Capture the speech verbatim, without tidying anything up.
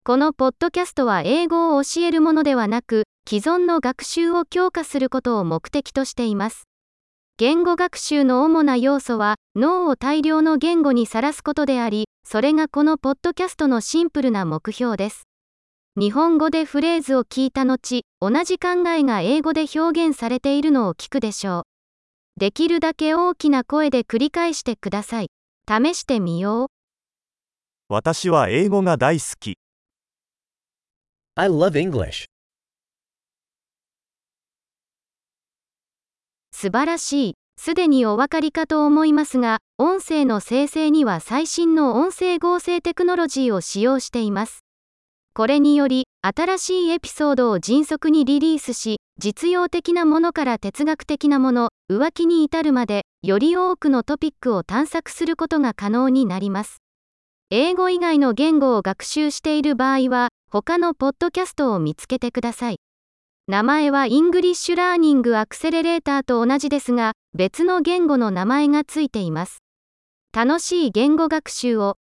このポッドキャストは英語を教えるものではなく、既存の学習を強化することを目的としています。言語学習の主な要素は、脳を大量の言語にさらすことであり、それがこのポッドキャストのシンプルな目標です。日本語でフレーズを聞いた後、同じ考えが英語で表現されているのを聞くでしょう。できるだけ大きな声で繰り返してください。試してみよう。 私は英語が大好き。 I love English. 素晴らしい。すでにお分かりかと思いますが、音声の生成には最新の音声合成テクノロジーを使用しています。これにより、新しいエピソードを迅速にリリースし、実用的なものから哲学的なもの、浮気に至るまで、より多くのトピックを探索することが可能になります。英語以外の言語を学習している場合は、他のポッドキャストを見つけてください。名前はイングリッシュラーニングアクセレレーターと同じですが、別の言語の名前がついています。楽しい言語学習を。